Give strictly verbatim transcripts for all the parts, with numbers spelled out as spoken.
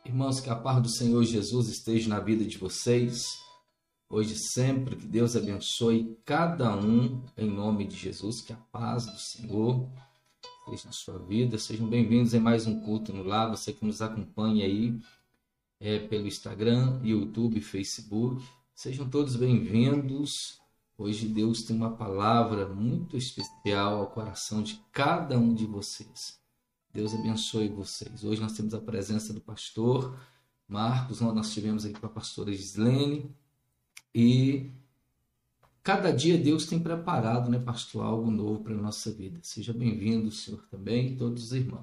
Irmãos, que a paz do Senhor Jesus esteja na vida de vocês, hoje e sempre, que Deus abençoe cada um, em nome de Jesus, que a paz do Senhor esteja na sua vida. Sejam bem-vindos em mais um culto no lar, você que nos acompanha aí é, pelo Instagram, YouTube, Facebook, sejam todos bem-vindos. Hoje Deus tem uma palavra muito especial ao coração de cada um de vocês. Deus abençoe vocês. Hoje nós temos a presença do pastor Marcos, nós tivemos aqui com a pastora Gislene, e cada dia Deus tem preparado, né, pastor, algo novo para a nossa vida. Seja bem-vindo, senhor, também, e todos os irmãos.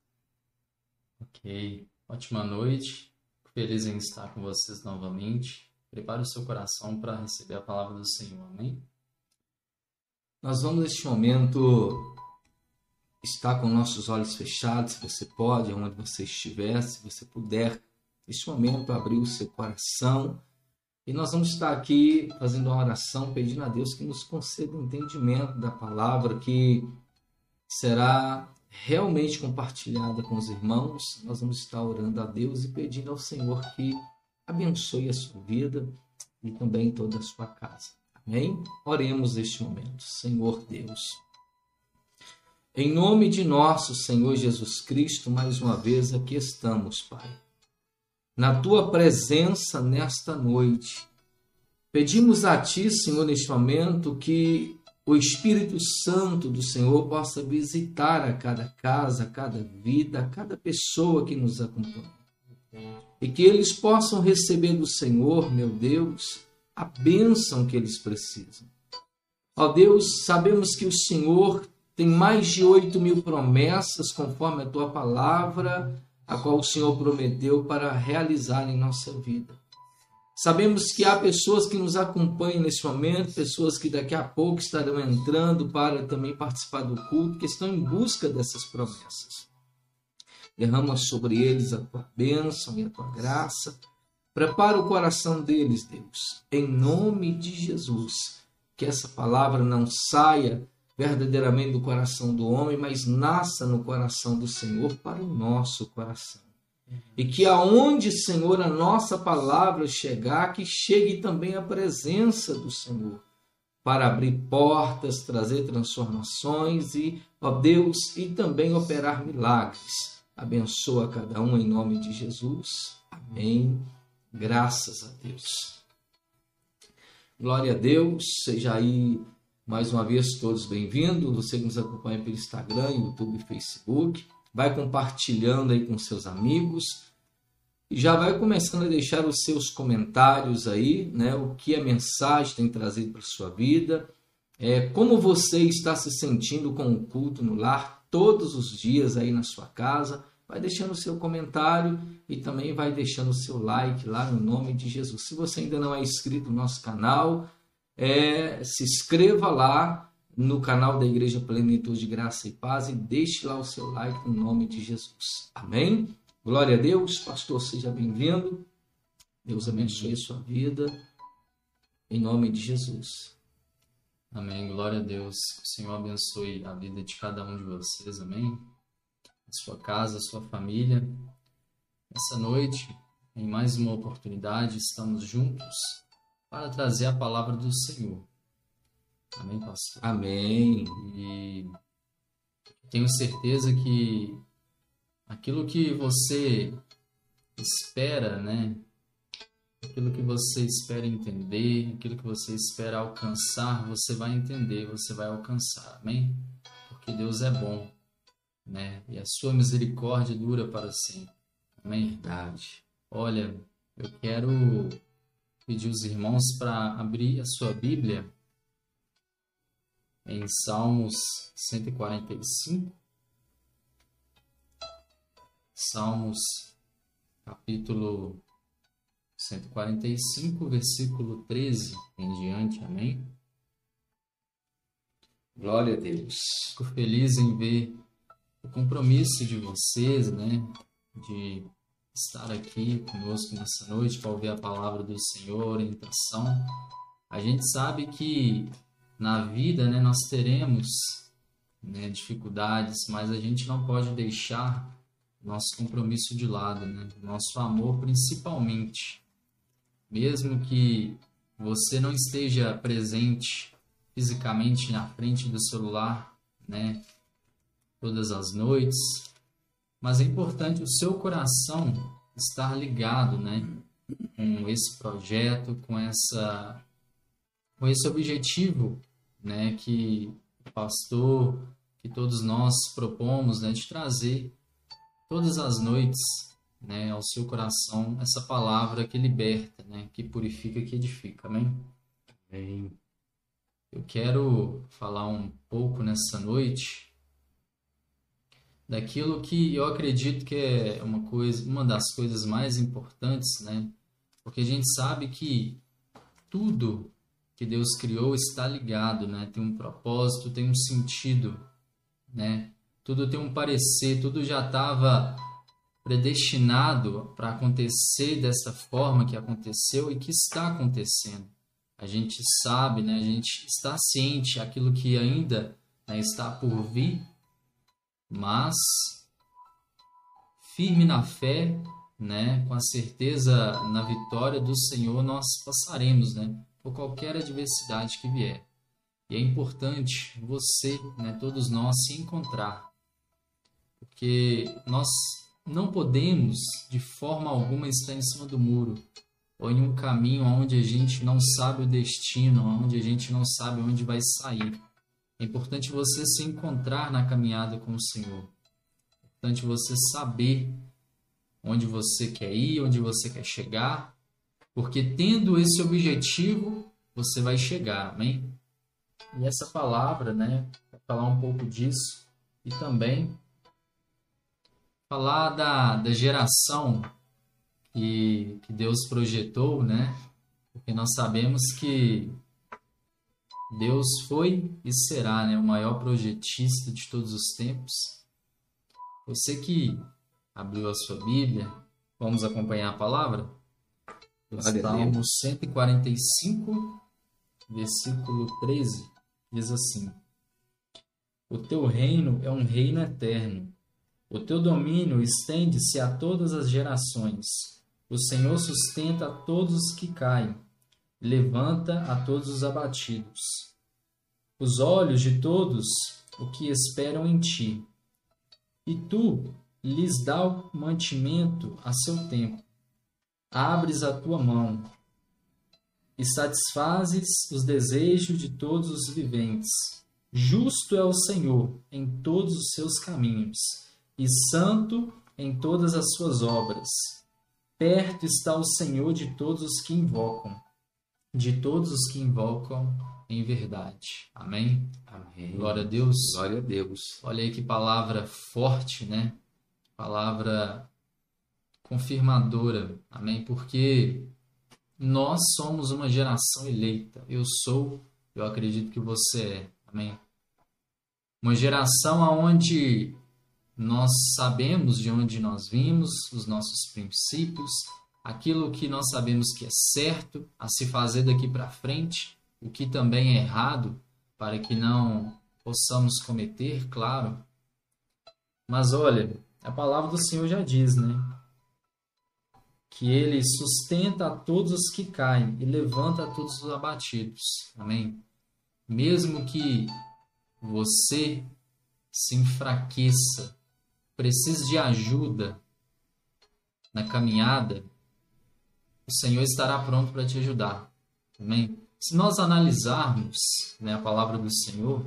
Ok, ótima noite, feliz em estar com vocês novamente. Prepare o seu coração para receber a palavra do Senhor, amém? Nós vamos neste momento estar com nossos olhos fechados, se você pode, onde você estiver, se você puder, neste momento abrir o seu coração, e nós vamos estar aqui fazendo uma oração, pedindo a Deus que nos conceda o entendimento da palavra, que será realmente compartilhada com os irmãos. Nós vamos estar orando a Deus e pedindo ao Senhor que abençoe a sua vida e também toda a sua casa. Amém? Oremos neste momento. Senhor Deus, em nome de nosso Senhor Jesus Cristo, mais uma vez aqui estamos, Pai. Na Tua presença nesta noite, pedimos a Ti, Senhor, neste momento, que o Espírito Santo do Senhor possa visitar a cada casa, a cada vida, a cada pessoa que nos acompanha. E que eles possam receber do Senhor, meu Deus, a bênção que eles precisam. Ó Deus, sabemos que o Senhor tem mais de oito mil promessas, conforme a Tua palavra, a qual o Senhor prometeu para realizar em nossa vida. Sabemos que há pessoas que nos acompanham nesse momento, pessoas que daqui a pouco estarão entrando para também participar do culto, que estão em busca dessas promessas. Derrama sobre eles a Tua bênção e a Tua graça. Prepara o coração deles, Deus, em nome de Jesus. Que essa palavra não saia verdadeiramente do coração do homem, mas nasça no coração do Senhor para o nosso coração. E que aonde, Senhor, a nossa palavra chegar, que chegue também a presença do Senhor, para abrir portas, trazer transformações e, ó Deus, e também operar milagres. Abençoa cada um em nome de Jesus. Amém. Graças a Deus. Glória a Deus. Seja aí mais uma vez todos bem-vindos. Você que nos acompanha pelo Instagram, YouTube e Facebook. Vai compartilhando aí com seus amigos. E já vai começando a deixar os seus comentários aí, né? O que a mensagem tem trazido para a sua vida. É, como você está se sentindo com o culto no lar todos os dias aí na sua casa. Vai deixando o seu comentário e também vai deixando o seu like lá no nome de Jesus. Se você ainda não é inscrito no nosso canal, é, se inscreva lá no canal da Igreja Plenitude, Graça e Paz e deixe lá o seu like no nome de Jesus. Amém? Glória a Deus. Pastor, seja bem-vindo. Deus abençoe a sua vida. Em nome de Jesus. Amém. Glória a Deus. Que o Senhor abençoe a vida de cada um de vocês. Amém. A sua casa, a sua família. Essa noite, em mais uma oportunidade, estamos juntos para trazer a palavra do Senhor. Amém, pastor? Amém. E tenho certeza que aquilo que você espera, né? Aquilo que você espera entender, aquilo que você espera alcançar, você vai entender, você vai alcançar. Amém? Porque Deus é bom, né? E a sua misericórdia dura para sempre. Amém? Verdade. Olha, eu quero pedir os irmãos para abrir a sua Bíblia em Salmos cento e quarenta e cinco. Salmos capítulo cento e quarenta e cinco, versículo treze em diante. Amém? Glória a Deus. Fico feliz em ver o compromisso de vocês, né? De estar aqui conosco nessa noite para ouvir a palavra do Senhor, orientação. A gente sabe que na vida, né, nós teremos, né, dificuldades, mas a gente não pode deixar nosso compromisso de lado, né? Nosso amor principalmente. Mesmo que você não esteja presente fisicamente na frente do celular, né? Todas as noites, mas é importante o seu coração estar ligado, né? Com esse projeto, com essa, com esse objetivo, né? Que o pastor, que todos nós propomos, né? De trazer todas as noites, né, ao seu coração essa palavra que liberta, né, que purifica, que edifica. Amém? Amém. Eu quero falar um pouco nessa noite daquilo que eu acredito que é uma coisa, uma das coisas mais importantes, né? Porque a gente sabe que tudo que Deus criou está ligado, né? Tem um propósito, tem um sentido, né? Tudo tem um parecer, tudo já estava predestinado para acontecer dessa forma que aconteceu e que está acontecendo. A gente sabe, né? A gente está ciente aquilo que ainda, né, está por vir, mas firme na fé, né? Com a certeza na vitória do Senhor, nós passaremos, né? Por qualquer adversidade que vier. E é importante você, né, todos nós, se encontrar. Porque nós não podemos, de forma alguma, estar em cima do muro ou em um caminho onde a gente não sabe o destino, onde a gente não sabe onde vai sair. É importante você se encontrar na caminhada com o Senhor. É importante você saber onde você quer ir, onde você quer chegar, porque tendo esse objetivo, você vai chegar, amém? E essa palavra, né, vai falar um pouco disso e também falar da, da geração que, que Deus projetou, né? Porque nós sabemos que Deus foi e será, né, o maior projetista de todos os tempos. Você que abriu a sua Bíblia, vamos acompanhar a palavra? Salmo cento e quarenta e cinco, versículo treze, diz assim: O teu reino é um reino eterno. O teu domínio estende-se a todas as gerações. O Senhor sustenta a todos os que caem, levanta a todos os abatidos. Os olhos de todos o que esperam em ti, e tu lhes dá o mantimento a seu tempo. Abres a tua mão e satisfazes os desejos de todos os viventes. Justo é o Senhor em todos os seus caminhos, e santo em todas as suas obras. Perto está o Senhor de todos os que invocam, de todos os que invocam em verdade. Amém? Amém. Glória a Deus. Glória a Deus. Olha aí que palavra forte, né? Palavra confirmadora. Amém? Porque nós somos uma geração eleita. Eu sou, eu acredito que você é. Amém? Uma geração onde nós sabemos de onde nós vimos, os nossos princípios, aquilo que nós sabemos que é certo a se fazer daqui para frente, o que também é errado, para que não possamos cometer, claro. Mas olha, a palavra do Senhor já diz, né? Que Ele sustenta a todos os que caem e levanta a todos os abatidos. Amém? Mesmo que você se enfraqueça, precise de ajuda na caminhada, o Senhor estará pronto para te ajudar. Amém? Se nós analisarmos, né, a palavra do Senhor,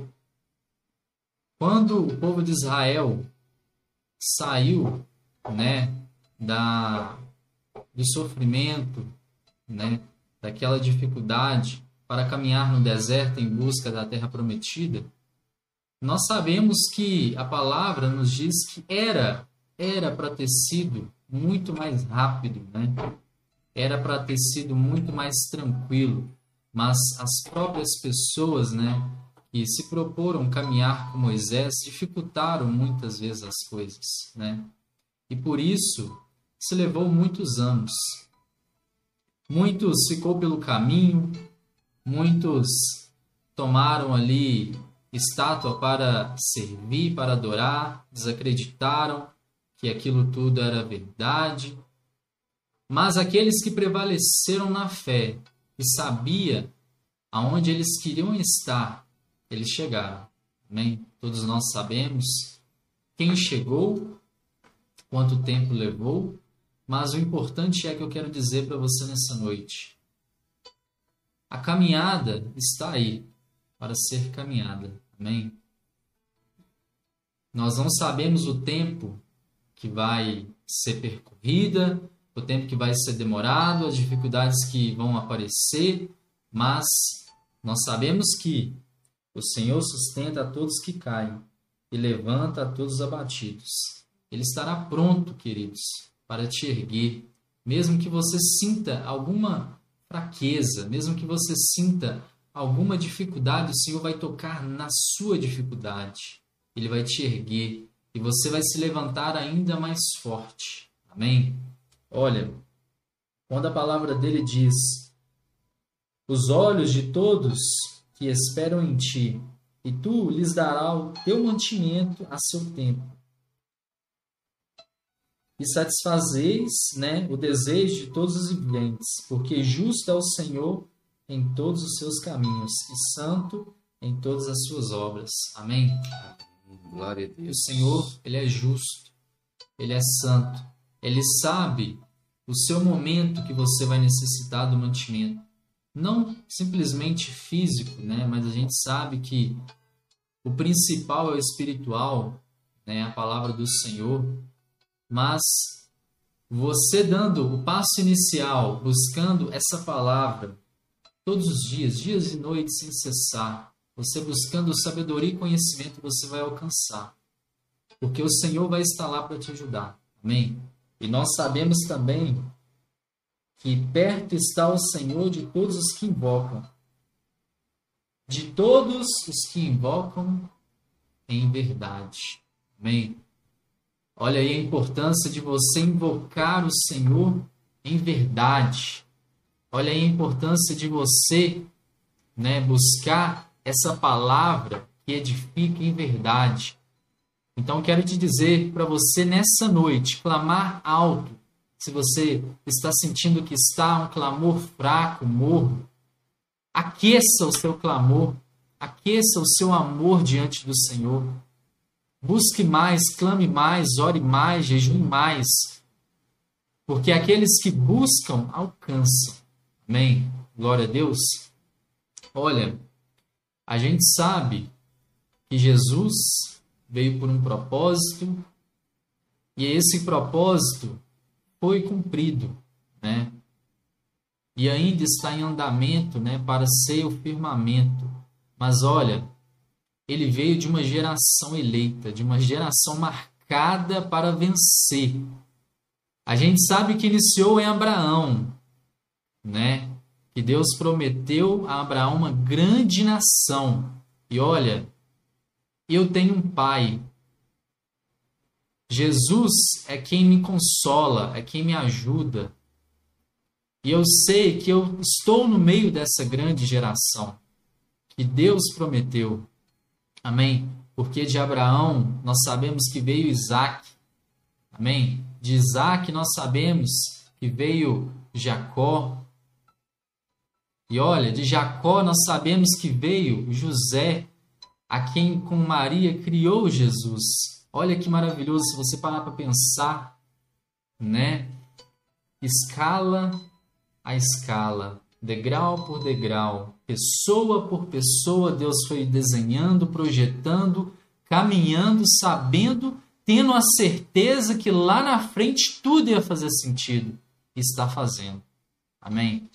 quando o povo de Israel saiu, né, da, do sofrimento, né, daquela dificuldade para caminhar no deserto em busca da terra prometida, nós sabemos que a palavra nos diz que era era para ter sido muito mais rápido, né? Era para ter sido muito mais tranquilo, mas as próprias pessoas, né, que se proporam caminhar com Moisés dificultaram muitas vezes as coisas, né? E por isso se levou muitos anos. Muitos ficou pelo caminho, muitos tomaram ali estátua para servir, para adorar, desacreditaram que aquilo tudo era verdade. Mas aqueles que prevaleceram na fé e sabia aonde eles queriam estar, eles chegaram. Amém? Todos nós sabemos quem chegou, quanto tempo levou, mas o importante é que eu quero dizer para você nessa noite. A caminhada está aí para ser caminhada. Amém? Nós não sabemos o tempo que vai ser percorrida, o tempo que vai ser demorado, as dificuldades que vão aparecer, mas nós sabemos que o Senhor sustenta a todos que caem e levanta a todos abatidos. Ele estará pronto, queridos, para te erguer, mesmo que você sinta alguma fraqueza, mesmo que você sinta alguma dificuldade, o Senhor vai tocar na sua dificuldade. Ele vai te erguer e você vai se levantar ainda mais forte. Amém? Olha, quando a palavra dele diz: os olhos de todos que esperam em ti, e tu lhes dará o teu mantimento a seu tempo. E satisfazeis, né, o desejo de todos os viventes, porque justo é o Senhor em todos os seus caminhos, e santo em todas as suas obras. Amém? Glória a Deus. O Senhor, ele é justo, ele é santo, ele sabe o seu momento que você vai necessitar do mantimento. Não simplesmente físico, né? Mas a gente sabe que o principal é o espiritual, né? A palavra do Senhor. Mas você dando o passo inicial, buscando essa palavra todos os dias, dias e noites sem cessar, você buscando sabedoria e conhecimento, você vai alcançar. Porque o Senhor vai estar lá para te ajudar. Amém? E nós sabemos também que perto está o Senhor de todos os que invocam. De todos os que invocam em verdade. Amém? Olha aí a importância de você invocar o Senhor em verdade. Olha aí a importância de você, né, buscar essa palavra que edifica em verdade. Então, quero te dizer para você nessa noite, clamar alto. Se você está sentindo que está um clamor fraco, morno, aqueça o seu clamor, aqueça o seu amor diante do Senhor. Busque mais, clame mais, ore mais, jejue mais. Porque aqueles que buscam, alcançam. Amém? Glória a Deus. Olha, a gente sabe que Jesus veio por um propósito e esse propósito foi cumprido, né? E ainda está em andamento, né, para ser o firmamento. Mas olha, ele veio de uma geração eleita, de uma geração marcada para vencer. A gente sabe que iniciou em Abraão, né? Que Deus prometeu a Abraão uma grande nação. E olha, eu tenho um pai. Jesus é quem me consola, é quem me ajuda. E eu sei que eu estou no meio dessa grande geração que Deus prometeu. Amém? Porque de Abraão nós sabemos que veio Isaac. Amém? De Isaac nós sabemos que veio Jacó. E olha, de Jacó nós sabemos que veio José, a quem com Maria criou Jesus. Olha que maravilhoso se você parar para pensar, né? Escala a escala, degrau por degrau, pessoa por pessoa, Deus foi desenhando, projetando, caminhando, sabendo, tendo a certeza que lá na frente tudo ia fazer sentido. Está fazendo. Amém?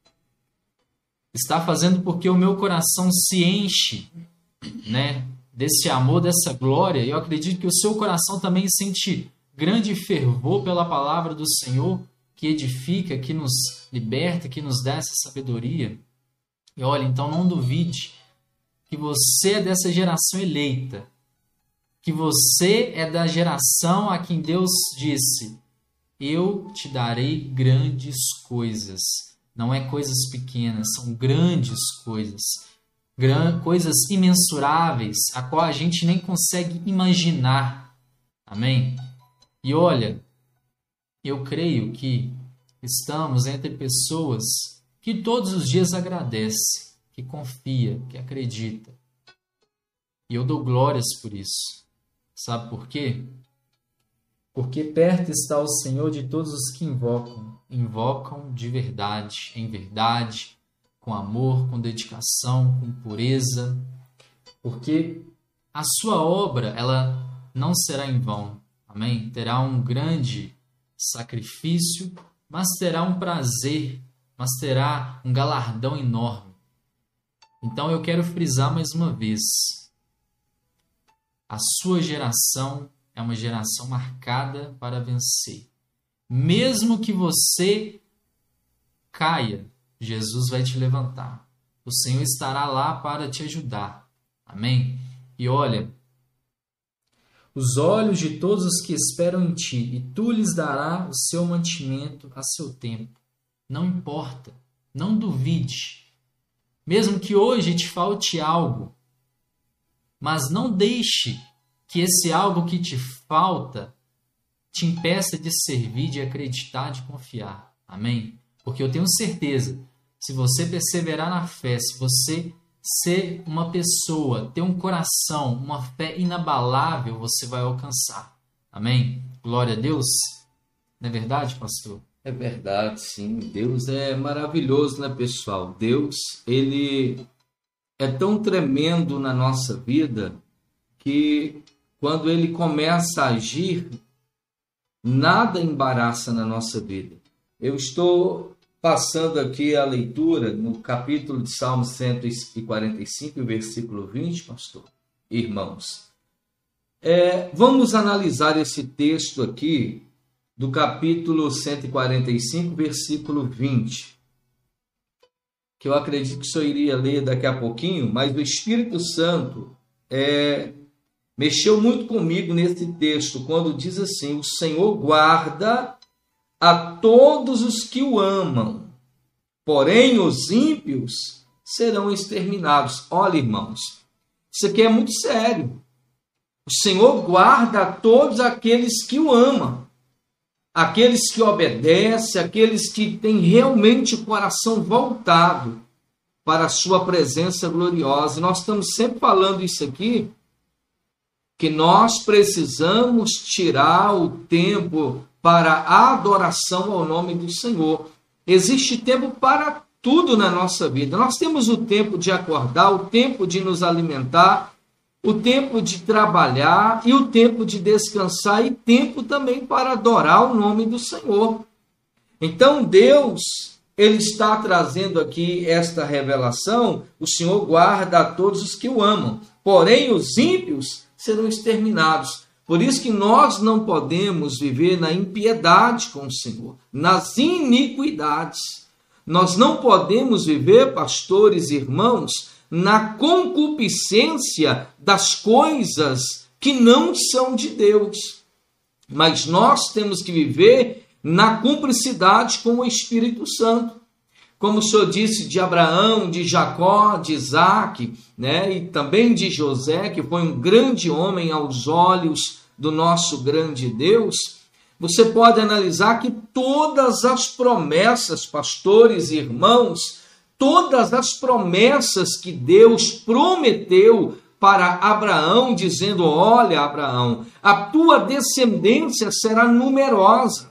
Está fazendo porque o meu coração se enche, né, desse amor, dessa glória. E eu acredito que o seu coração também sente grande fervor pela palavra do Senhor, que edifica, que nos liberta, que nos dá essa sabedoria. E olha, então não duvide que você é dessa geração eleita, que você é da geração a quem Deus disse: eu te darei grandes coisas. Não é coisas pequenas, são grandes coisas. Gran- coisas imensuráveis, a qual a gente nem consegue imaginar. Amém? E olha, eu creio que estamos entre pessoas que todos os dias agradecem, que confia, que acredita. E eu dou glórias por isso. Sabe por quê? Porque perto está o Senhor de todos os que invocam. Invocam de verdade, em verdade, com amor, com dedicação, com pureza. Porque a sua obra, ela não será em vão. Amém? Terá um grande sacrifício, mas terá um prazer, mas terá um galardão enorme. Então eu quero frisar mais uma vez. A sua geração é uma geração marcada para vencer. Mesmo que você caia, Jesus vai te levantar. O Senhor estará lá para te ajudar. Amém? E olha, os olhos de todos os que esperam em ti, e tu lhes dará o seu mantimento a seu tempo. Não importa, não duvide. Mesmo que hoje te falte algo, mas não deixe que esse algo que te falta te impeça de servir, de acreditar, de confiar. Amém? Porque eu tenho certeza, se você perseverar na fé, se você ser uma pessoa, ter um coração, uma fé inabalável, você vai alcançar. Amém? Glória a Deus. Não é verdade, pastor? É verdade, sim. Deus é maravilhoso, né, pessoal? Deus, ele é tão tremendo na nossa vida que quando ele começa a agir, nada embaraça na nossa vida. Eu estou passando aqui a leitura no capítulo de Salmo cento e quarenta e cinco, versículo vinte, pastor, irmãos. É, vamos analisar esse texto aqui do capítulo cento e quarenta e cinco, versículo vinte, que eu acredito que só iria ler daqui a pouquinho, mas o Espírito Santo é, mexeu muito comigo nesse texto, quando diz assim: o Senhor guarda a todos os que o amam, porém os ímpios serão exterminados. Olha, irmãos, isso aqui é muito sério. O Senhor guarda a todos aqueles que o amam, aqueles que obedecem, aqueles que têm realmente o coração voltado para a sua presença gloriosa. E nós estamos sempre falando isso aqui, que nós precisamos tirar o tempo para a adoração ao nome do Senhor. Existe tempo para tudo na nossa vida. Nós temos o tempo de acordar, o tempo de nos alimentar, o tempo de trabalhar e o tempo de descansar, e tempo também para adorar o nome do Senhor. Então Deus, ele está trazendo aqui esta revelação: o Senhor guarda a todos os que o amam, porém os ímpios serão exterminados. Por isso que nós não podemos viver na impiedade com o Senhor, nas iniquidades. Nós não podemos viver, pastores e irmãos, na concupiscência das coisas que não são de Deus. Mas nós temos que viver na cumplicidade com o Espírito Santo. Como o Senhor disse de Abraão, de Jacó, de Isaac, né? E também de José, que foi um grande homem aos olhos do nosso grande Deus, você pode analisar que todas as promessas, pastores e irmãos, todas as promessas que Deus prometeu para Abraão, dizendo: olha, Abraão, a tua descendência será numerosa,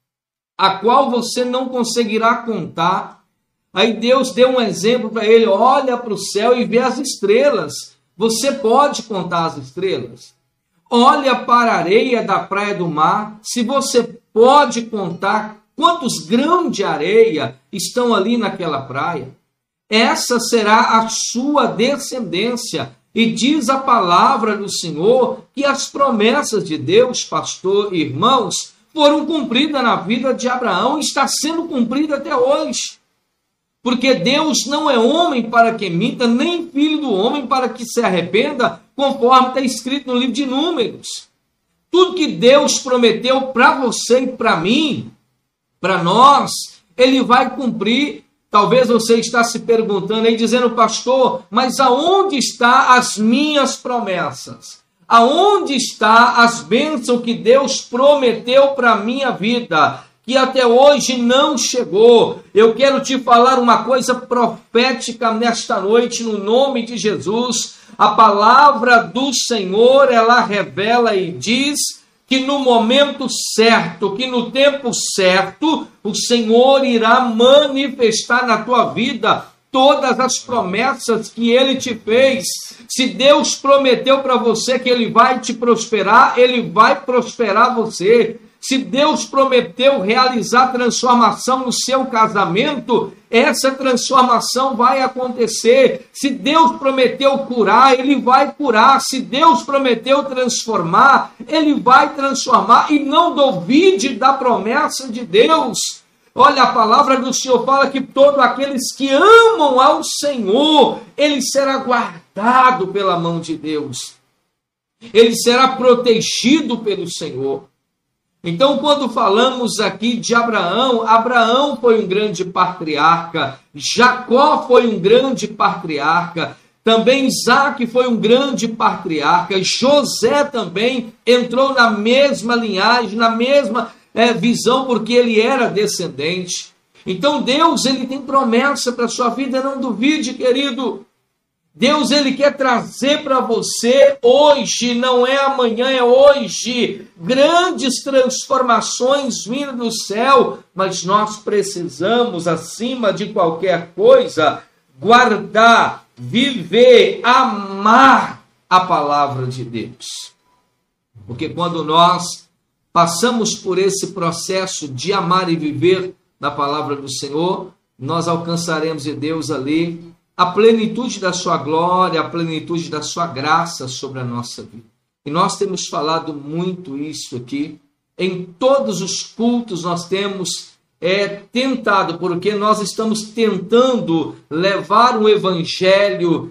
a qual você não conseguirá contar. Aí Deus deu um exemplo para ele: olha para o céu e vê as estrelas. Você pode contar as estrelas? Olha para a areia da praia do mar. Se você pode contar quantos grãos de areia estão ali naquela praia, essa será a sua descendência. E diz a palavra do Senhor que as promessas de Deus, pastor e irmãos, foram cumpridas na vida de Abraão e está sendo cumprida até hoje. Porque Deus não é homem para que minta, nem filho do homem para que se arrependa, conforme está escrito no livro de Números. Tudo que Deus prometeu para você e para mim, para nós, Ele vai cumprir. Talvez você está se perguntando aí, dizendo: pastor, mas aonde estão as minhas promessas? Aonde está as bênçãos que Deus prometeu para a minha vida, que até hoje não chegou? Eu quero te falar uma coisa profética nesta noite, no nome de Jesus. A palavra do Senhor, ela revela e diz que no momento certo, que no tempo certo, o Senhor irá manifestar na tua vida todas as promessas que Ele te fez. Se Deus prometeu para você que Ele vai te prosperar, Ele vai prosperar você. Se Deus prometeu realizar transformação no seu casamento, essa transformação vai acontecer. Se Deus prometeu curar, Ele vai curar. Se Deus prometeu transformar, Ele vai transformar. E não duvide da promessa de Deus. Olha, a palavra do Senhor fala que todos aqueles que amam ao Senhor, ele será guardado pela mão de Deus. Ele será protegido pelo Senhor. Então, quando falamos aqui de Abraão, Abraão foi um grande patriarca, Jacó foi um grande patriarca, também Isaac foi um grande patriarca, José também entrou na mesma linhagem, na mesma é, visão, porque ele era descendente. Então, Deus, ele tem promessa para a sua vida, não duvide, querido. Deus, ele quer trazer para você hoje, não é amanhã, é hoje, grandes transformações vindo do céu, mas nós precisamos, acima de qualquer coisa, guardar, viver, amar a palavra de Deus. Porque quando nós passamos por esse processo de amar e viver na palavra do Senhor, nós alcançaremos de Deus ali a plenitude da sua glória, a plenitude da sua graça sobre a nossa vida. E nós temos falado muito isso aqui. Em todos os cultos nós temos é, tentado, porque nós estamos tentando levar um evangelho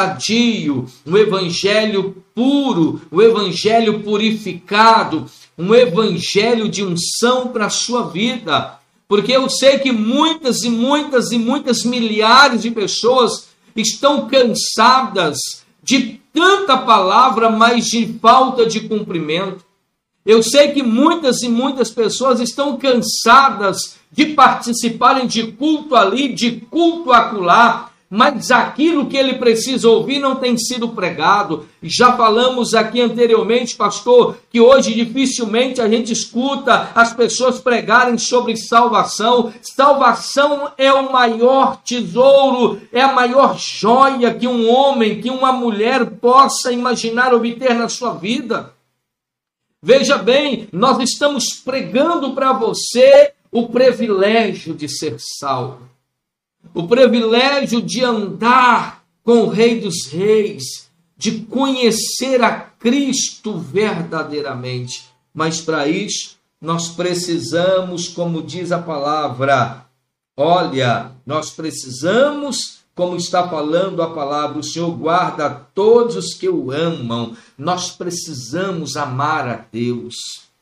sadio, um evangelho puro, um evangelho purificado, um evangelho de unção para a sua vida. Porque eu sei que muitas e muitas e muitas milhares de pessoas estão cansadas de tanta palavra, mas de falta de cumprimento. Eu sei que muitas e muitas pessoas estão cansadas de participarem de culto ali, de culto acolá, mas aquilo que ele precisa ouvir não tem sido pregado. Já falamos aqui anteriormente, pastor, que hoje dificilmente a gente escuta as pessoas pregarem sobre salvação. Salvação é o maior tesouro, é a maior joia que um homem, que uma mulher possa imaginar obter na sua vida. Veja bem, nós estamos pregando para você o privilégio de ser salvo. O privilégio de andar com o Rei dos Reis, de conhecer a Cristo verdadeiramente. Mas para isso, nós precisamos, como diz a palavra, olha, nós precisamos, como está falando a palavra, o Senhor guarda todos os que o amam. Nós precisamos amar a Deus,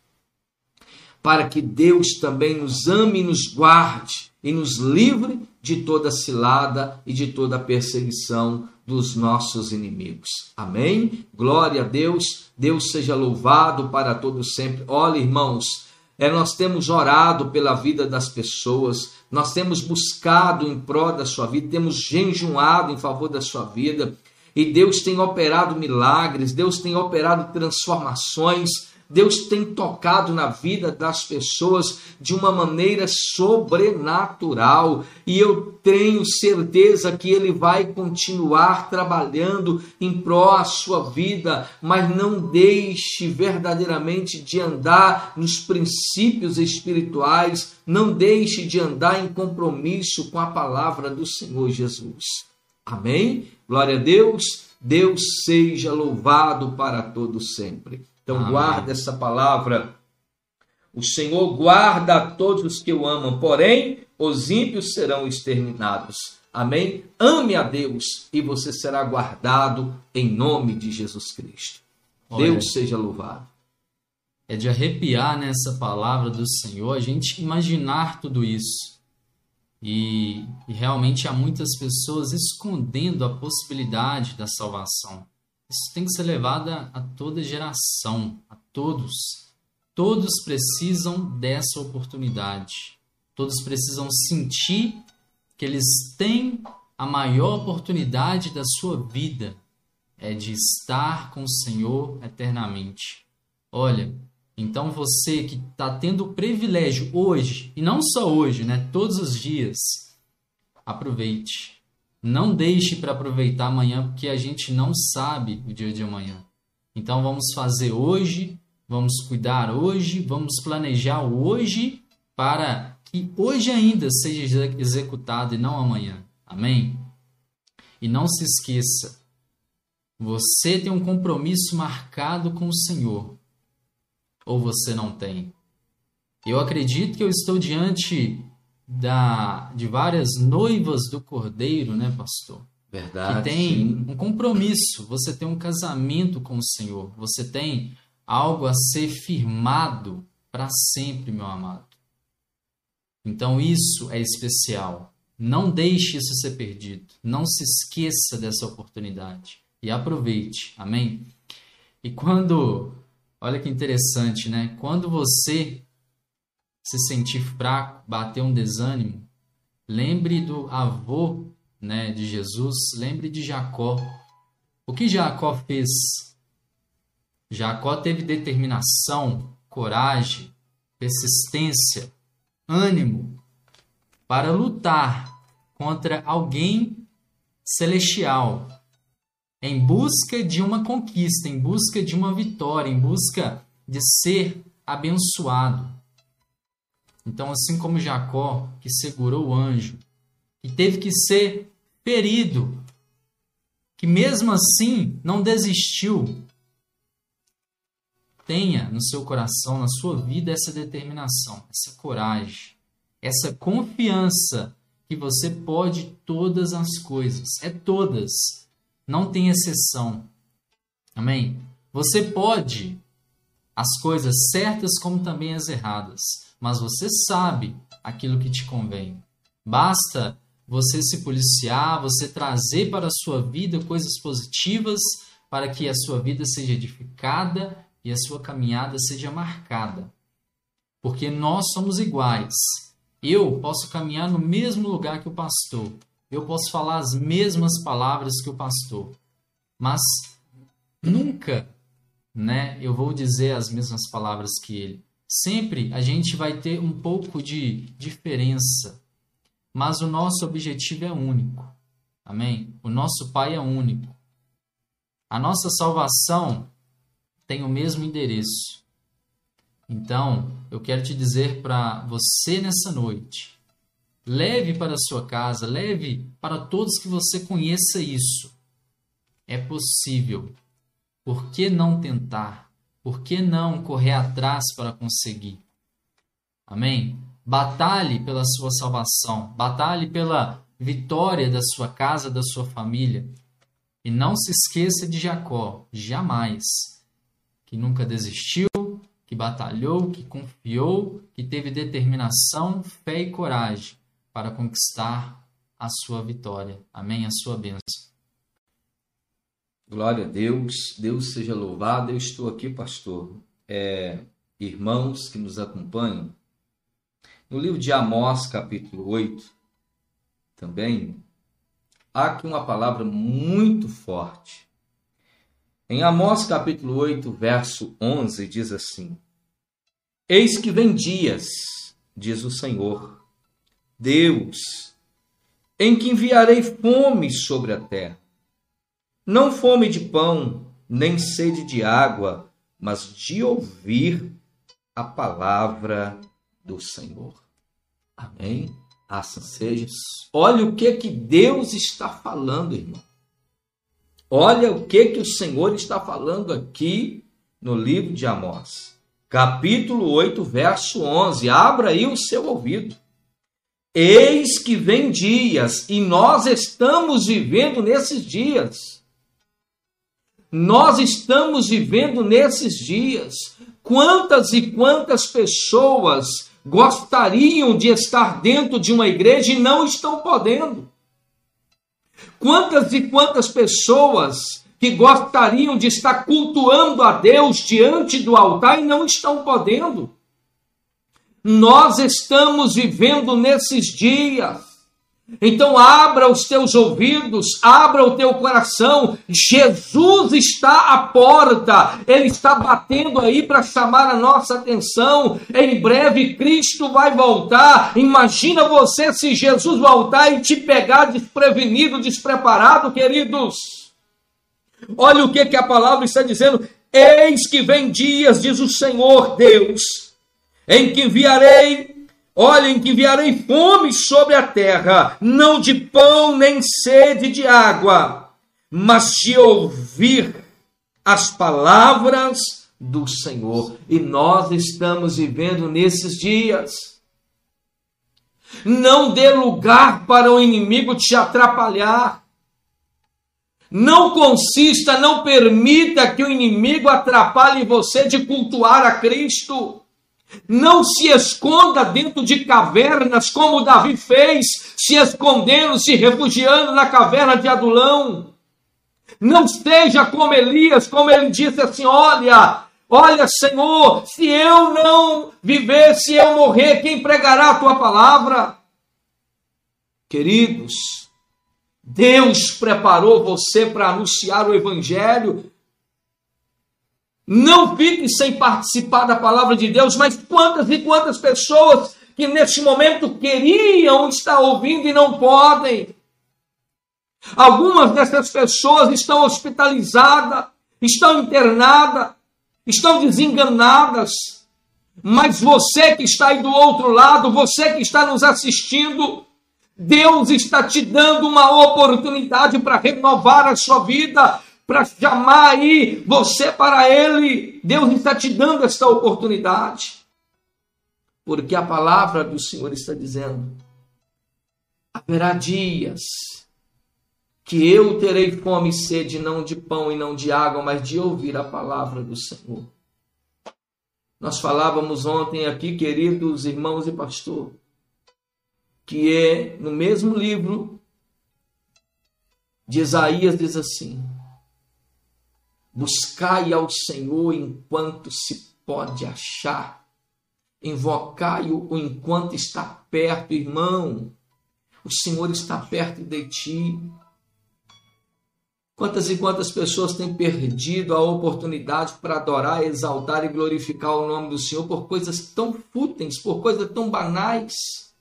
para que Deus também nos ame e nos guarde e nos livre de toda cilada e de toda perseguição dos nossos inimigos. Amém? Glória a Deus. Deus seja louvado para todos sempre. Olha, irmãos, é, nós temos orado pela vida das pessoas, nós temos buscado em prol da sua vida, temos jejuado em favor da sua vida, e Deus tem operado milagres, Deus tem operado transformações, Deus tem tocado na vida das pessoas de uma maneira sobrenatural, e eu tenho certeza que Ele vai continuar trabalhando em prol da sua vida, mas não deixe verdadeiramente de andar nos princípios espirituais, não deixe de andar em compromisso com a palavra do Senhor Jesus. Amém? Glória a Deus. Deus seja louvado para todos sempre. Então, amém. Guarda essa palavra. O Senhor guarda a todos os que o amam, porém, os ímpios serão exterminados. Amém? Ame a Deus e você será guardado em nome de Jesus Cristo. Olha, Deus seja louvado. É de arrepiar nessa palavra do Senhor, a gente imaginar tudo isso. E, e realmente há muitas pessoas escondendo a possibilidade da salvação, isso tem que ser levado a toda geração, a todos. Todos precisam dessa oportunidade. Todos precisam sentir que eles têm a maior oportunidade da sua vida, é de estar com o Senhor eternamente. Olha, então você que está tendo o privilégio hoje, e não só hoje, né, todos os dias, aproveite. Não deixe para aproveitar amanhã, porque a gente não sabe o dia de amanhã. Então vamos fazer hoje, vamos cuidar hoje, vamos planejar hoje, para que hoje ainda seja executado e não amanhã. Amém? E não se esqueça, você tem um compromisso marcado com o Senhor, ou você não tem? Eu acredito que eu estou diante da, de várias noivas do Cordeiro, né, pastor? Verdade. Que tem sim. um compromisso, você tem um casamento com o Senhor, você tem algo a ser firmado para sempre, meu amado. Então isso é especial. Não deixe isso ser perdido. Não se esqueça dessa oportunidade. E aproveite. Amém? E quando... Olha que interessante, né? Quando você se sentir fraco, bater um desânimo, lembre do avô, né, de Jesus, lembre de Jacó. O que Jacó fez? Jacó teve determinação, coragem, persistência, ânimo para lutar contra alguém celestial, em busca de uma conquista, em busca de uma vitória, em busca de ser abençoado. Então, assim como Jacó, que segurou o anjo, que teve que ser ferido, que mesmo assim não desistiu, tenha no seu coração, na sua vida, essa determinação, essa coragem, essa confiança que você pode todas as coisas. É todas. Não tem exceção. Amém? Você pode as coisas certas como também as erradas, mas você sabe aquilo que te convém. Basta você se policiar, você trazer para a sua vida coisas positivas para que a sua vida seja edificada e a sua caminhada seja marcada. Porque nós somos iguais. Eu posso caminhar no mesmo lugar que o pastor. Eu posso falar as mesmas palavras que o pastor. Mas nunca, né, eu vou dizer as mesmas palavras que ele. Sempre a gente vai ter um pouco de diferença. Mas o nosso objetivo é único. Amém? O nosso Pai é único. A nossa salvação tem o mesmo endereço. Então, eu quero te dizer para você nessa noite, leve para a sua casa, leve para todos que você conheça isso. É possível. Por que não tentar? Por que não correr atrás para conseguir? Amém? Batalhe pela sua salvação. Batalhe pela vitória da sua casa, da sua família. E não se esqueça de Jacó, jamais. Que nunca desistiu, que batalhou, que confiou, que teve determinação, fé e coragem para conquistar a sua vitória. Amém? A sua bênção. Glória a Deus. Deus seja louvado. Eu estou aqui, pastor. É, irmãos que nos acompanham, no livro de Amós, capítulo oito, também, há aqui uma palavra muito forte. Em Amós, capítulo oito, verso onze, diz assim: Eis que vem dias, diz o Senhor, Deus, em que enviarei fome sobre a terra. Não fome de pão, nem sede de água, mas de ouvir a palavra do Senhor. Amém? Assim seja. Olha o que que Deus está falando, irmão. Olha o que que o Senhor está falando aqui no livro de Amós. Capítulo oito, verso onze. Abra aí o seu ouvido. Eis que vem dias, e nós estamos vivendo nesses dias. Nós estamos vivendo nesses dias. Quantas e quantas pessoas gostariam de estar dentro de uma igreja e não estão podendo? Quantas e quantas pessoas que gostariam de estar cultuando a Deus diante do altar e não estão podendo. Nós estamos vivendo nesses dias. Então abra os teus ouvidos, abra o teu coração. Jesus está à porta, Ele está batendo aí para chamar a nossa atenção. Em breve Cristo vai voltar. Imagina você se Jesus voltar e te pegar desprevenido, despreparado, queridos. Olha o que, que a palavra está dizendo. Eis que vem dias, diz o Senhor Deus, em que enviarei Olhem que enviarei fome sobre a terra, não de pão nem sede de água, mas de ouvir as palavras do Senhor. E nós estamos vivendo nesses dias. Não dê lugar para o inimigo te atrapalhar. Não consista, não permita que o inimigo atrapalhe você de cultuar a Cristo. Não se esconda dentro de cavernas, como Davi fez, se escondendo, se refugiando na caverna de Adulão. Não seja como Elias, como ele disse assim, olha, olha Senhor, se eu não viver, se eu morrer, quem pregará a tua palavra? Queridos, Deus preparou você para anunciar o Evangelho. Não fique sem participar da palavra de Deus, mas quantas e quantas pessoas que neste momento queriam estar ouvindo e não podem. Algumas dessas pessoas estão hospitalizadas, estão internadas, estão desenganadas. Mas você que está aí do outro lado, você que está nos assistindo, Deus está te dando uma oportunidade para renovar a sua vida, para chamar aí você para Ele. Deus está te dando esta oportunidade. Porque a palavra do Senhor está dizendo, haverá dias que eu terei fome e sede, não de pão e não de água, mas de ouvir a palavra do Senhor. Nós falávamos ontem aqui, queridos irmãos e pastor, que é no mesmo livro de Isaías, diz assim, buscai ao Senhor enquanto se pode achar, invocai-o enquanto está perto, irmão. O Senhor está perto de ti. Quantas e quantas pessoas têm perdido a oportunidade para adorar, exaltar e glorificar o nome do Senhor por coisas tão fúteis, por coisas tão banais,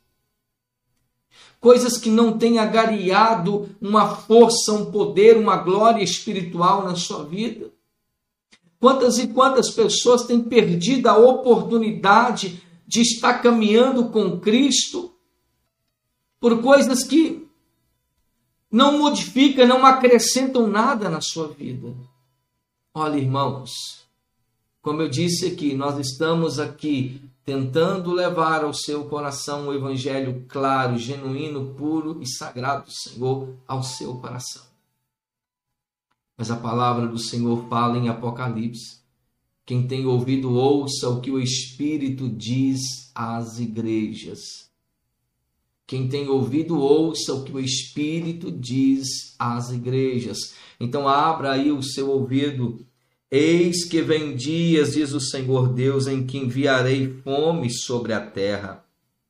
coisas que não têm agariado uma força, um poder, uma glória espiritual na sua vida. Quantas e quantas pessoas têm perdido a oportunidade de estar caminhando com Cristo por coisas que não modificam, não acrescentam nada na sua vida. Olha, irmãos, como eu disse aqui, nós estamos aqui tentando levar ao seu coração o evangelho claro, genuíno, puro e sagrado do Senhor ao seu coração. Mas a palavra do Senhor fala em Apocalipse. Quem tem ouvido, ouça o que o Espírito diz às igrejas. Quem tem ouvido, ouça o que o Espírito diz às igrejas. Então abra aí o seu ouvido. Eis que vem dias, diz o Senhor Deus, em que enviarei fome sobre a terra,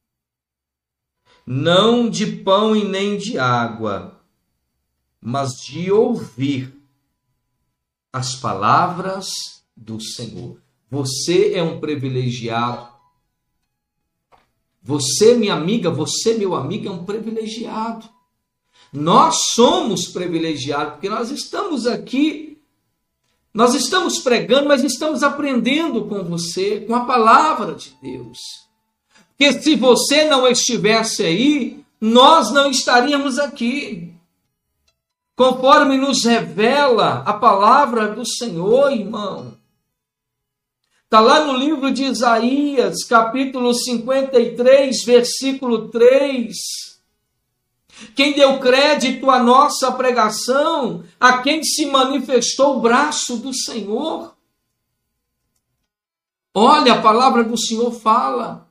não de pão e nem de água, mas de ouvir as palavras do Senhor. Você é um privilegiado. Você, minha amiga, você, meu amigo, é um privilegiado. Nós somos privilegiados, porque nós estamos aqui. Nós estamos pregando, mas estamos aprendendo com você, com a palavra de Deus. Porque se você não estivesse aí, nós não estaríamos aqui. Conforme nos revela a palavra do Senhor, irmão. Está lá no livro de Isaías, capítulo cinquenta e três, versículo três. Quem deu crédito à nossa pregação, a quem se manifestou o braço do Senhor. Olha, a palavra do Senhor fala.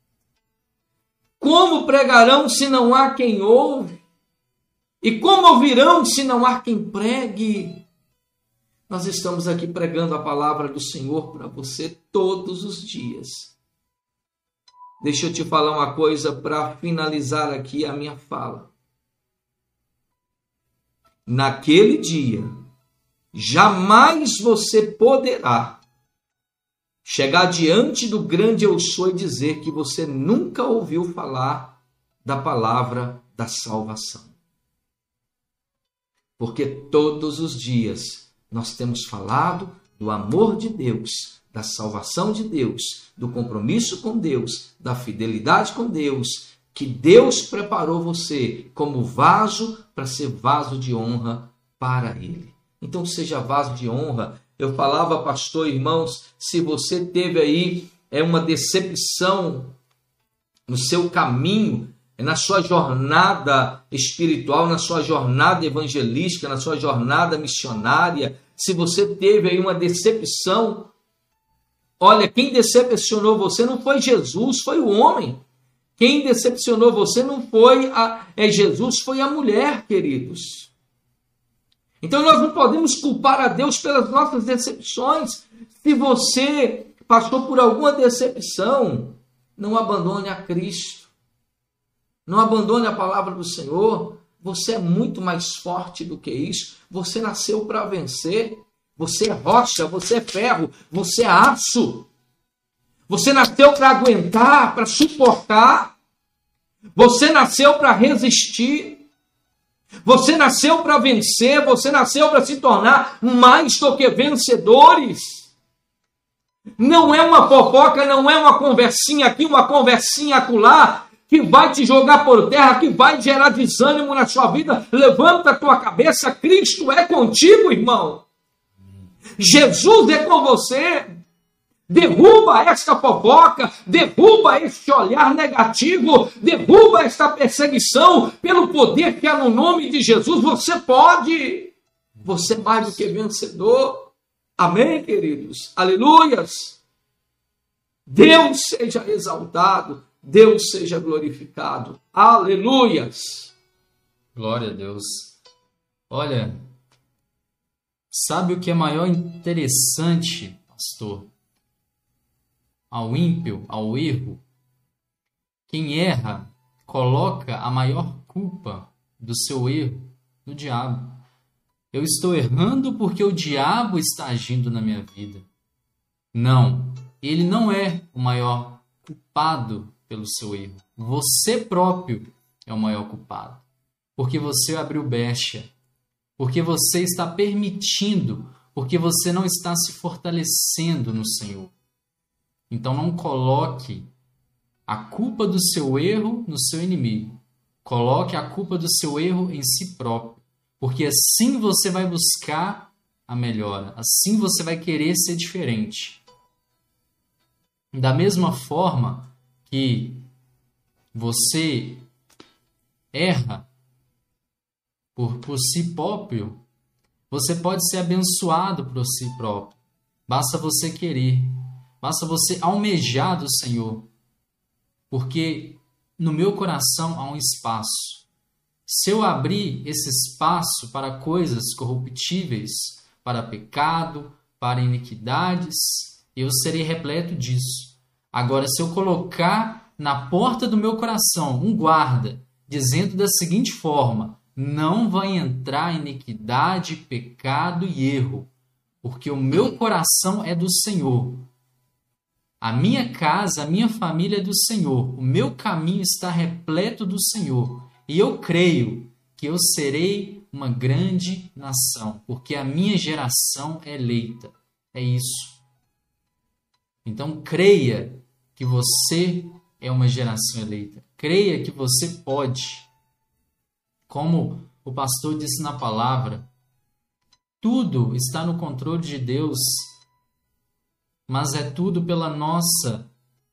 Como pregarão se não há quem ouve? E como ouvirão se não há quem pregue? Nós estamos aqui pregando a palavra do Senhor para você todos os dias. Deixa eu te falar uma coisa para finalizar aqui a minha fala. Naquele dia, jamais você poderá chegar diante do grande eu sou e dizer que você nunca ouviu falar da palavra da salvação. Porque todos os dias nós temos falado do amor de Deus, da salvação de Deus, do compromisso com Deus, da fidelidade com Deus, que Deus preparou você como vaso para ser vaso de honra para Ele. Então seja vaso de honra. Eu falava, pastor, irmãos, se você teve aí é uma decepção no seu caminho, na sua jornada espiritual, na sua jornada evangelística, na sua jornada missionária, se você teve aí uma decepção, olha, quem decepcionou você não foi Jesus, foi o homem. Quem decepcionou você não foi a, é Jesus, foi a mulher, queridos. Então nós não podemos culpar a Deus pelas nossas decepções. Se você passou por alguma decepção, não abandone a Cristo. Não abandone a palavra do Senhor. Você é muito mais forte do que isso. Você nasceu para vencer. Você é rocha, você é ferro, você é aço. Você nasceu para aguentar, para suportar. Você nasceu para resistir. Você nasceu para vencer. Você nasceu para se tornar mais do que vencedores. Não é uma fofoca, não é uma conversinha aqui, uma conversinha acolá, que vai te jogar por terra, que vai gerar desânimo na sua vida. Levanta a tua cabeça, Cristo é contigo, irmão. Jesus é com você. Derruba esta fofoca, derruba este olhar negativo, derruba esta perseguição pelo poder que há no nome de Jesus. Você pode, você é mais do que vencedor. Amém, queridos? Aleluias! Deus seja exaltado, Deus seja glorificado. Aleluias! Glória a Deus. Olha, sabe o que é maior interessante, pastor? Ao ímpio, ao erro, quem erra coloca a maior culpa do seu erro no diabo. Eu estou errando porque o diabo está agindo na minha vida. Não, ele não é o maior culpado pelo seu erro. Você próprio é o maior culpado. Porque você abriu brecha, porque você está permitindo, porque você não está se fortalecendo no Senhor. Então não coloque a culpa do seu erro no seu inimigo. Coloque a culpa do seu erro em si próprio. Porque assim você vai buscar a melhora. Assim você vai querer ser diferente. Da mesma forma que você erra por, por si próprio, você pode ser abençoado por si próprio. Basta você querer. Basta você almejar do Senhor, porque no meu coração há um espaço. Se eu abrir esse espaço para coisas corruptíveis, para pecado, para iniquidades, eu serei repleto disso. Agora, se eu colocar na porta do meu coração um guarda, dizendo da seguinte forma: não vai entrar iniquidade, pecado e erro, porque o meu coração é do Senhor. A minha casa, a minha família é do Senhor. O meu caminho está repleto do Senhor. E eu creio que eu serei uma grande nação, porque a minha geração é eleita. É isso. Então creia que você é uma geração eleita. Creia que você pode. Como o pastor disse na palavra, tudo está no controle de Deus. Mas é tudo pela nossa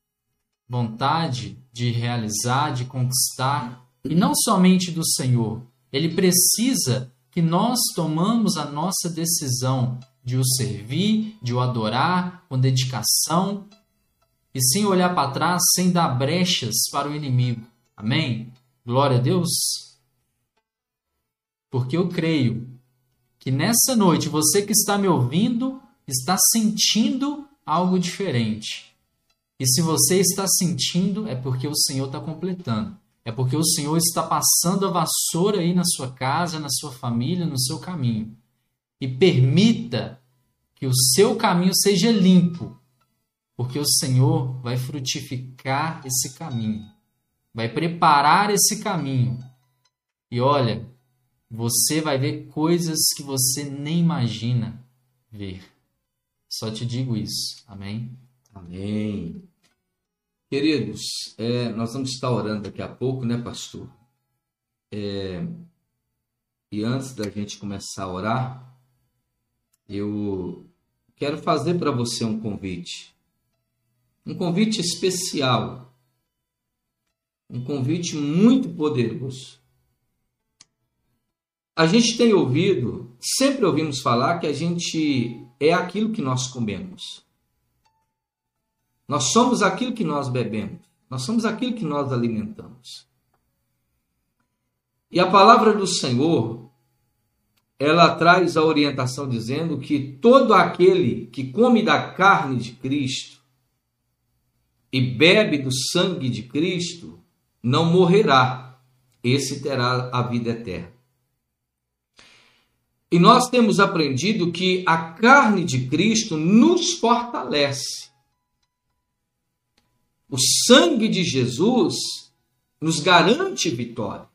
vontade de realizar, de conquistar, e não somente do Senhor. Ele precisa que nós tomamos a nossa decisão de o servir, de o adorar com dedicação e sem olhar para trás, sem dar brechas para o inimigo. Amém? Glória a Deus. Porque eu creio que nessa noite você que está me ouvindo está sentindo algo diferente. E se você está sentindo, é porque o Senhor está completando. É porque o Senhor está passando a vassoura aí na sua casa, na sua família, no seu caminho. E permita que o seu caminho seja limpo, porque o Senhor vai frutificar esse caminho, vai preparar esse caminho. E olha, você vai ver coisas que você nem imagina ver. Só te digo isso. Amém? Amém. Queridos, é, nós vamos estar orando daqui a pouco, né, pastor? É, e antes da gente começar a orar, eu quero fazer para você um convite. Um convite especial. Um convite muito poderoso. A gente tem ouvido, sempre ouvimos falar que a gente é aquilo que nós comemos. Nós somos aquilo que nós bebemos. Nós somos aquilo que nós alimentamos. E a palavra do Senhor, ela traz a orientação dizendo que todo aquele que come da carne de Cristo e bebe do sangue de Cristo, não morrerá. Esse terá a vida eterna. E nós temos aprendido que a carne de Cristo nos fortalece. O sangue de Jesus nos garante vitória.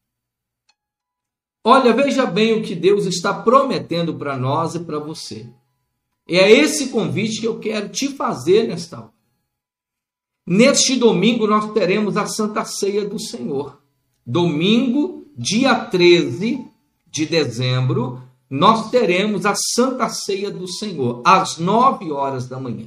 Olha, veja bem o que Deus está prometendo para nós e para você. É esse convite que eu quero te fazer nesta hora. Neste domingo nós teremos a Santa Ceia do Senhor. Domingo, dia treze de dezembro, nós teremos a Santa Ceia do Senhor, às nove horas da manhã.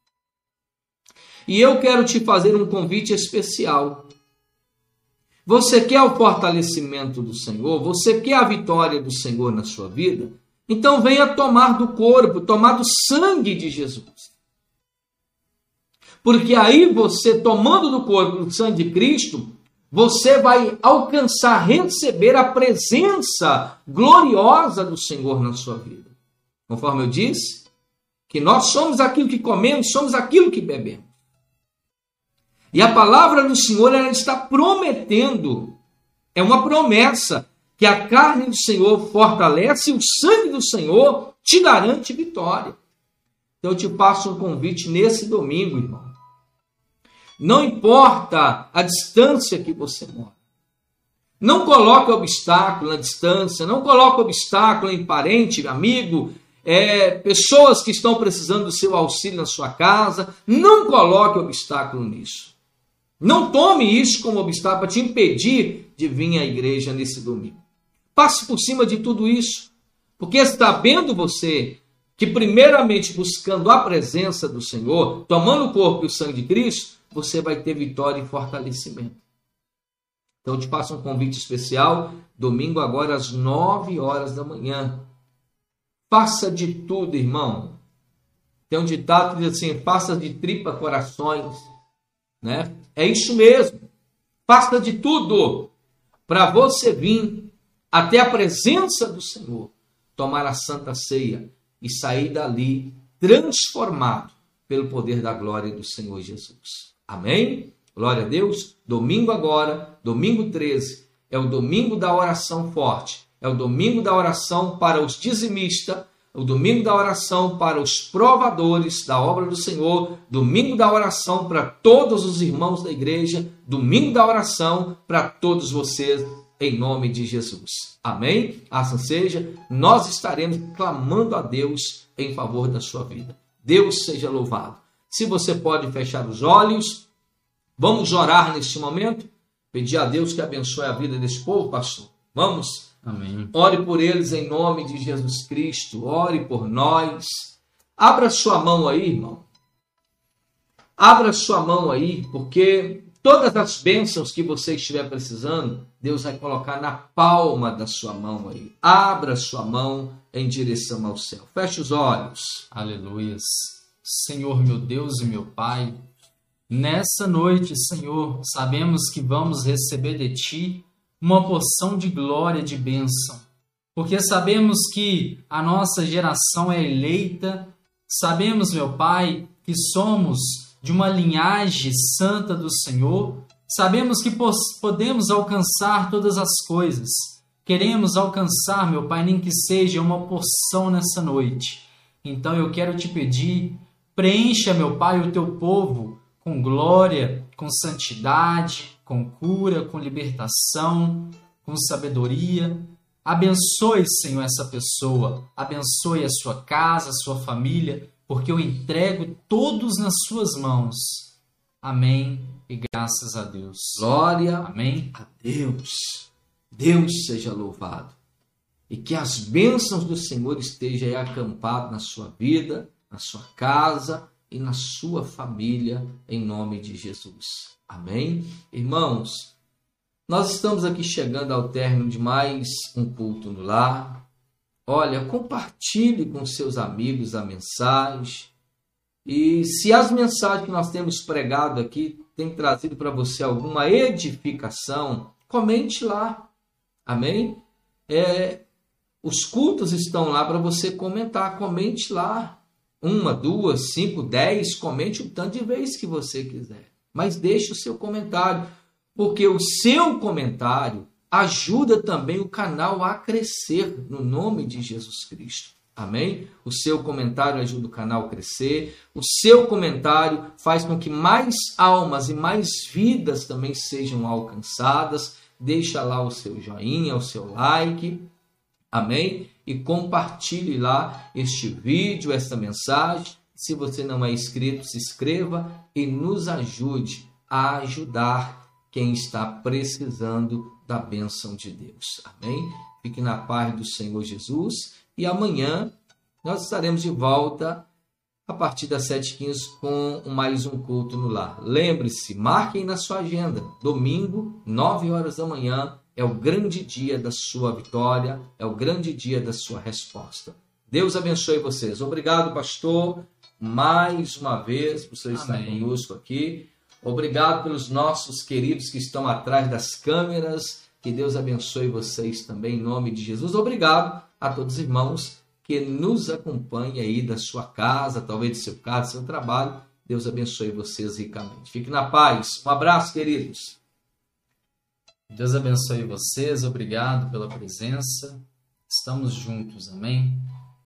E eu quero te fazer um convite especial. Você quer o fortalecimento do Senhor? Você quer a vitória do Senhor na sua vida? Então venha tomar do corpo, tomar do sangue de Jesus. Porque aí você, tomando do corpo do sangue de Cristo, você vai alcançar, receber a presença gloriosa do Senhor na sua vida. Conforme eu disse, que nós somos aquilo que comemos, somos aquilo que bebemos. E a palavra do Senhor, ela está prometendo, é uma promessa, que a carne do Senhor fortalece e o sangue do Senhor te garante vitória. Então eu te passo um convite nesse domingo, irmão. Não importa a distância que você mora. Não coloque obstáculo na distância, não coloque obstáculo em parente, amigo, é, pessoas que estão precisando do seu auxílio na sua casa. Não coloque obstáculo nisso. Não tome isso como obstáculo para te impedir de vir à igreja nesse domingo. Passe por cima de tudo isso, porque sabendo você que primeiramente buscando a presença do Senhor, tomando o corpo e o sangue de Cristo, você vai ter vitória e fortalecimento. Então eu te passo um convite especial, domingo agora às nove horas da manhã. Faça de tudo, irmão. Tem um ditado que diz assim, faça de tripa corações. Né? É isso mesmo. Faça de tudo para você vir até a presença do Senhor, tomar a Santa Ceia e sair dali transformado pelo poder da glória do Senhor Jesus. Amém? Glória a Deus. Domingo agora, domingo treze, é o domingo da oração forte. É o domingo da oração para os dizimistas, o domingo da oração para os provadores da obra do Senhor, domingo da oração para todos os irmãos da igreja, domingo da oração para todos vocês, em nome de Jesus. Amém? Assim seja, nós estaremos clamando a Deus em favor da sua vida. Deus seja louvado. Se você pode fechar os olhos, vamos orar neste momento, pedir a Deus que abençoe a vida desse povo, pastor. Vamos? Amém. Ore por eles em nome de Jesus Cristo. Ore por nós. Abra sua mão aí, irmão. Abra sua mão aí, porque todas as bênçãos que você estiver precisando, Deus vai colocar na palma da sua mão aí. Abra sua mão em direção ao céu. Feche os olhos. Aleluias. Senhor, meu Deus e meu Pai, nessa noite, Senhor, sabemos que vamos receber de Ti uma porção de glória, de bênção. porque sabemos que a nossa geração é eleita, sabemos, meu Pai, que somos de uma linhagem santa do Senhor, sabemos que podemos alcançar todas as coisas. Queremos alcançar, meu Pai, nem que seja uma porção nessa noite. Então eu quero te pedir, preencha, meu Pai, o teu povo com glória, com santidade, com cura, com libertação, com sabedoria. Abençoe, Senhor, essa pessoa. Abençoe a sua casa, a sua família, porque eu entrego todos nas suas mãos. Amém e graças a Deus. Glória Amém. a Deus. Deus seja louvado. E que as bênçãos do Senhor estejam aí acampadas na sua vida, na sua casa e na sua família, em nome de Jesus. Amém? Irmãos, nós estamos aqui chegando ao término de mais um culto no lar. Olha, compartilhe com seus amigos a mensagem. E se as mensagens que nós temos pregado aqui têm trazido para você alguma edificação, comente lá. Amém? É, os cultos estão lá para você comentar. Comente lá. Uma, duas, cinco, dez. Comente o tanto de vezes que você quiser. Mas deixe o seu comentário. Porque o seu comentário ajuda também o canal a crescer no nome de Jesus Cristo. Amém? O seu comentário ajuda o canal a crescer. O seu comentário faz com que mais almas e mais vidas também sejam alcançadas. Deixa lá o seu joinha, o seu like. Amém? E compartilhe lá este vídeo, esta mensagem. Se você não é inscrito, se inscreva e nos ajude a ajudar quem está precisando da bênção de Deus. Amém? Fique na paz do Senhor Jesus. E amanhã nós estaremos de volta a partir das sete e quinze com mais um culto no lar. Lembre-se, marquem na sua agenda. Domingo, nove horas da manhã, é o grande dia da sua vitória, é o grande dia da sua resposta. Deus abençoe vocês. Obrigado, pastor, mais uma vez por você estar Amém. conosco aqui. Obrigado pelos nossos queridos que estão atrás das câmeras. Que Deus abençoe vocês também, em nome de Jesus. Obrigado a todos os irmãos que nos acompanham aí da sua casa, talvez do seu carro, do seu trabalho. Deus abençoe vocês ricamente. Fique na paz. Um abraço, queridos. Deus abençoe vocês. Obrigado pela presença. Estamos juntos. Amém.